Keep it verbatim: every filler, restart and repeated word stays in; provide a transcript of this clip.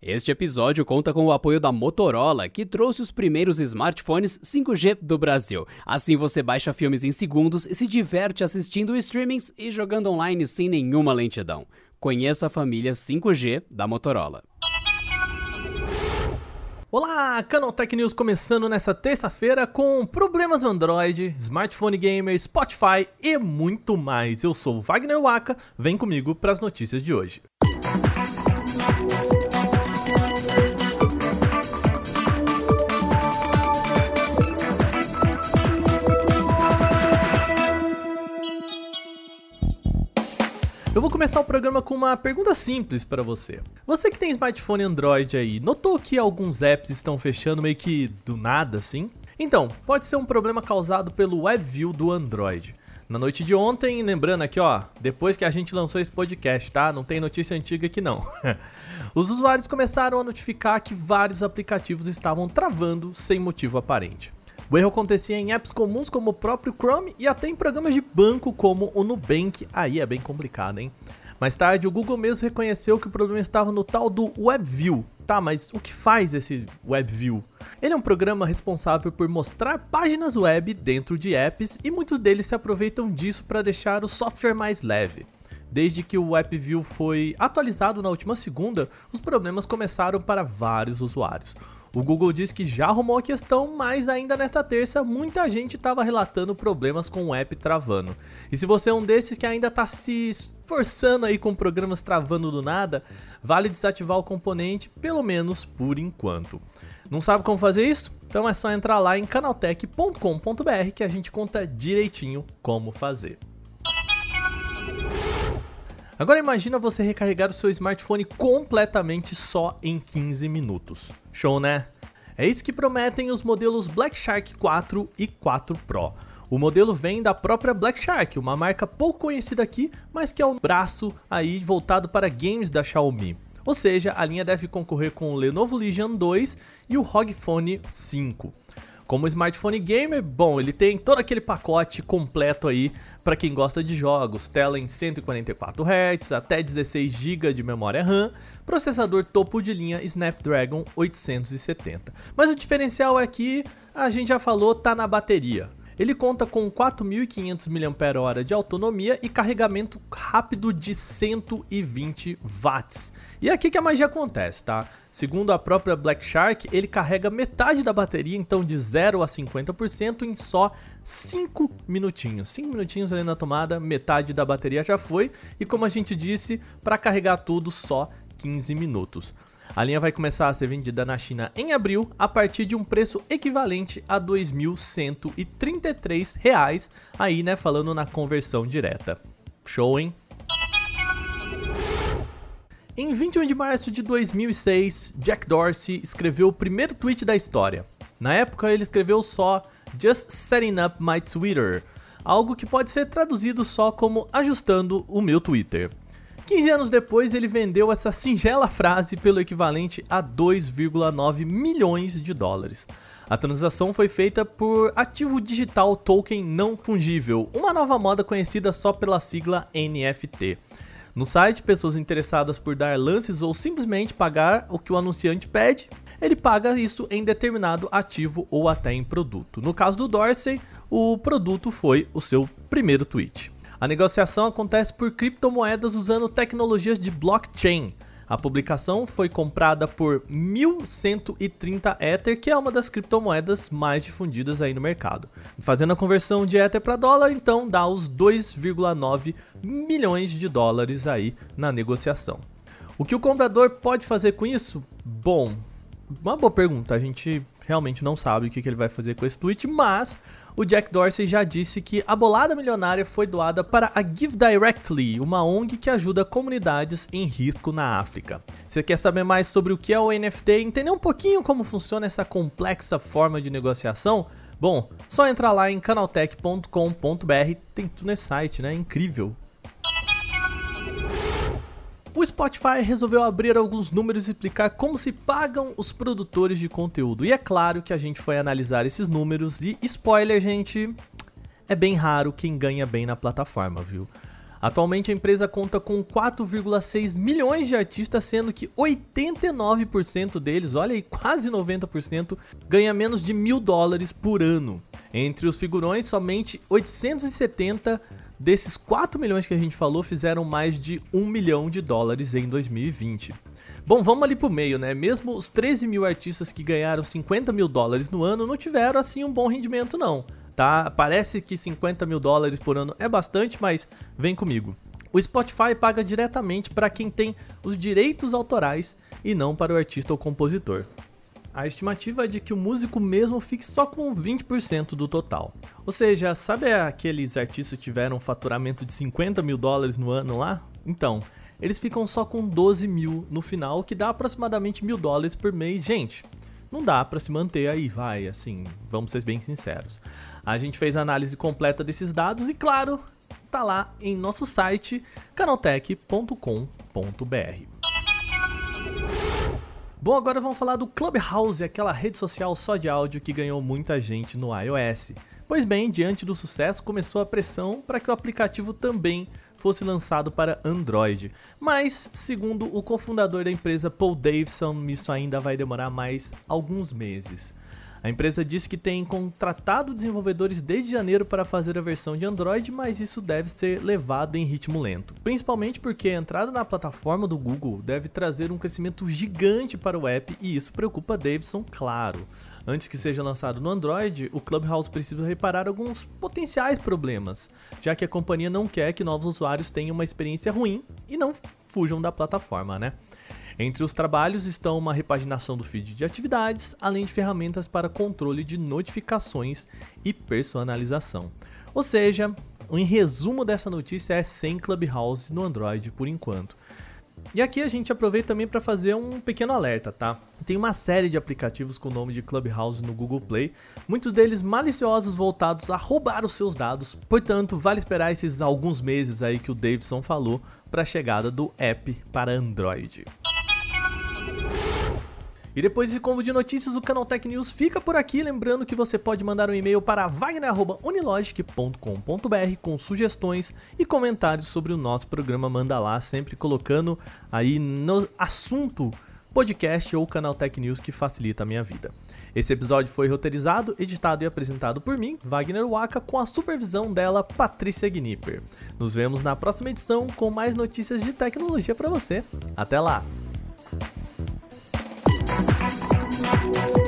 Este episódio conta com o apoio da Motorola, que trouxe os primeiros smartphones cinco G do Brasil. Assim você baixa filmes em segundos e se diverte assistindo streamings e jogando online sem nenhuma lentidão. Conheça a família cinco G da Motorola. Olá, Canaltech News começando nessa terça-feira com problemas no Android, smartphone gamer, Spotify e muito mais. Eu sou o Wagner Waka, vem comigo para as notícias de hoje. Eu vou começar o programa com uma pergunta simples para você. Você que tem smartphone Android aí, notou que alguns apps estão fechando meio que do nada assim? Então, pode ser um problema causado pelo WebView do Android. Na noite de ontem, lembrando aqui ó, depois que a gente lançou esse podcast, tá? Não tem notícia antiga aqui não. Os usuários começaram a notificar que vários aplicativos estavam travando sem motivo aparente. O erro acontecia em apps comuns como o próprio Chrome e até em programas de banco como o Nubank, aí é bem complicado, hein? Mais tarde, o Google mesmo reconheceu que o problema estava no tal do WebView. Tá, mas o que faz esse WebView? Ele é um programa responsável por mostrar páginas web dentro de apps e muitos deles se aproveitam disso para deixar o software mais leve. Desde que o WebView foi atualizado na última segunda, os problemas começaram para vários usuários. O Google diz que já arrumou a questão, mas ainda nesta terça muita gente estava relatando problemas com o app travando. E se você é um desses que ainda está se esforçando aí com programas travando do nada, vale desativar o componente, pelo menos por enquanto. Não sabe como fazer isso? Então é só entrar lá em canaltech ponto com ponto br que a gente conta direitinho como fazer. Agora imagina você recarregar o seu smartphone completamente só em quinze minutos. Show, né? É isso que prometem os modelos Black Shark quatro e quatro Pro. O modelo vem da própria Black Shark, uma marca pouco conhecida aqui, mas que é um braço aí voltado para games da Xiaomi. Ou seja, a linha deve concorrer com o Lenovo Legion dois e o R O G Phone cinco. Como smartphone gamer, bom, ele tem todo aquele pacote completo aí para quem gosta de jogos, tela em cento e quarenta e quatro hertz, até dezesseis gigas de memória RAM, processador topo de linha Snapdragon oitocentos e setenta. Mas o diferencial é que, a gente já falou, tá na bateria. Ele conta com quatro mil e quinhentos miliampères-hora de autonomia e carregamento rápido de cento e vinte watts. E é aqui que a magia acontece, tá? Segundo a própria Black Shark, ele carrega metade da bateria, então de zero a cinquenta por cento em só cinco minutinhos. cinco minutinhos ali na tomada, metade da bateria já foi. E como a gente disse, para carregar tudo só quinze minutos. A linha vai começar a ser vendida na China em abril a partir de um preço equivalente a dois mil cento e trinta e três reais, aí né, falando na conversão direta. Show, hein? Em vinte e um de março de dois mil e seis, Jack Dorsey escreveu o primeiro tweet da história. Na época ele escreveu só "Just setting up my Twitter", algo que pode ser traduzido só como "ajustando o meu Twitter". quinze anos depois ele vendeu essa singela frase pelo equivalente a dois vírgula nove milhões de dólares. A transação foi feita por ativo digital token não fungível, uma nova moda conhecida só pela sigla N F T. No site, pessoas interessadas por dar lances ou simplesmente pagar o que o anunciante pede, ele paga isso em determinado ativo ou até em produto. No caso do Dorsey, o produto foi o seu primeiro tweet. A negociação acontece por criptomoedas usando tecnologias de blockchain. A publicação foi comprada por mil cento e trinta Ether, que é uma das criptomoedas mais difundidas aí no mercado. Fazendo a conversão de Ether para dólar, então dá os dois vírgula nove milhões de dólares aí na negociação. O que o comprador pode fazer com isso? Bom, uma boa pergunta, a gente realmente não sabe o que ele vai fazer com esse tweet, mas o Jack Dorsey já disse que a bolada milionária foi doada para a Give Directly, uma O N G que ajuda comunidades em risco na África. Se você quer saber mais sobre o que é o N F T e entender um pouquinho como funciona essa complexa forma de negociação, bom, só entrar lá em canaltech ponto com ponto br, tem tudo nesse site, né? Incrível! O Spotify resolveu abrir alguns números e explicar como se pagam os produtores de conteúdo. E é claro que a gente foi analisar esses números e, spoiler, gente, é bem raro quem ganha bem na plataforma, viu? Atualmente a empresa conta com quatro vírgula seis milhões de artistas, sendo que oitenta e nove por cento deles, olha aí, quase noventa por cento, ganha menos de mil dólares por ano. Entre os figurões, somente oitocentos e setenta desses quatro milhões que a gente falou fizeram mais de um milhão de dólares em dois mil e vinte. Bom, vamos ali pro meio, né? Mesmo os treze mil artistas que ganharam cinquenta mil dólares no ano não tiveram assim um bom rendimento não. Tá? Parece que cinquenta mil dólares por ano é bastante, mas vem comigo. O Spotify paga diretamente para quem tem os direitos autorais e não para o artista ou compositor. A estimativa é de que o músico mesmo fique só com vinte por cento do total. Ou seja, sabe aqueles artistas que tiveram um faturamento de cinquenta mil dólares no ano lá? Então, eles ficam só com doze mil no final, o que dá aproximadamente mil dólares por mês. Gente, não dá para se manter aí, vai, assim, vamos ser bem sinceros. A gente fez a análise completa desses dados e, claro, tá lá em nosso site canaltech ponto com ponto b r. Bom, agora vamos falar do Clubhouse, aquela rede social só de áudio que ganhou muita gente no iOS. Pois bem, diante do sucesso, começou a pressão para que o aplicativo também fosse lançado para Android. Mas, segundo o cofundador da empresa, Paul Davidson, isso ainda vai demorar mais alguns meses. A empresa disse que tem contratado desenvolvedores desde janeiro para fazer a versão de Android, mas isso deve ser levado em ritmo lento. Principalmente porque a entrada na plataforma do Google deve trazer um crescimento gigante para o app e isso preocupa Davidson, claro. Antes que seja lançado no Android, o Clubhouse precisa reparar alguns potenciais problemas, já que a companhia não quer que novos usuários tenham uma experiência ruim e não fujam da plataforma, né? Entre os trabalhos estão uma repaginação do feed de atividades, além de ferramentas para controle de notificações e personalização. Ou seja, em resumo dessa notícia é sem Clubhouse no Android por enquanto. E aqui a gente aproveita também para fazer um pequeno alerta, tá? Tem uma série de aplicativos com o nome de Clubhouse no Google Play, muitos deles maliciosos voltados a roubar os seus dados, portanto vale esperar esses alguns meses aí que o Davidson falou para a chegada do app para Android. E depois desse combo de notícias, o Canaltech News fica por aqui, lembrando que você pode mandar um e-mail para wagner arroba unilogic ponto com ponto b r com sugestões e comentários sobre o nosso programa. Manda lá, sempre colocando aí no assunto podcast ou Canaltech News, que facilita a minha vida. Esse episódio foi roteirizado, editado e apresentado por mim, Wagner Waka, com a supervisão dela, Patrícia Gnipper. Nos vemos na próxima edição com mais notícias de tecnologia para você. Até lá! We'll be right back.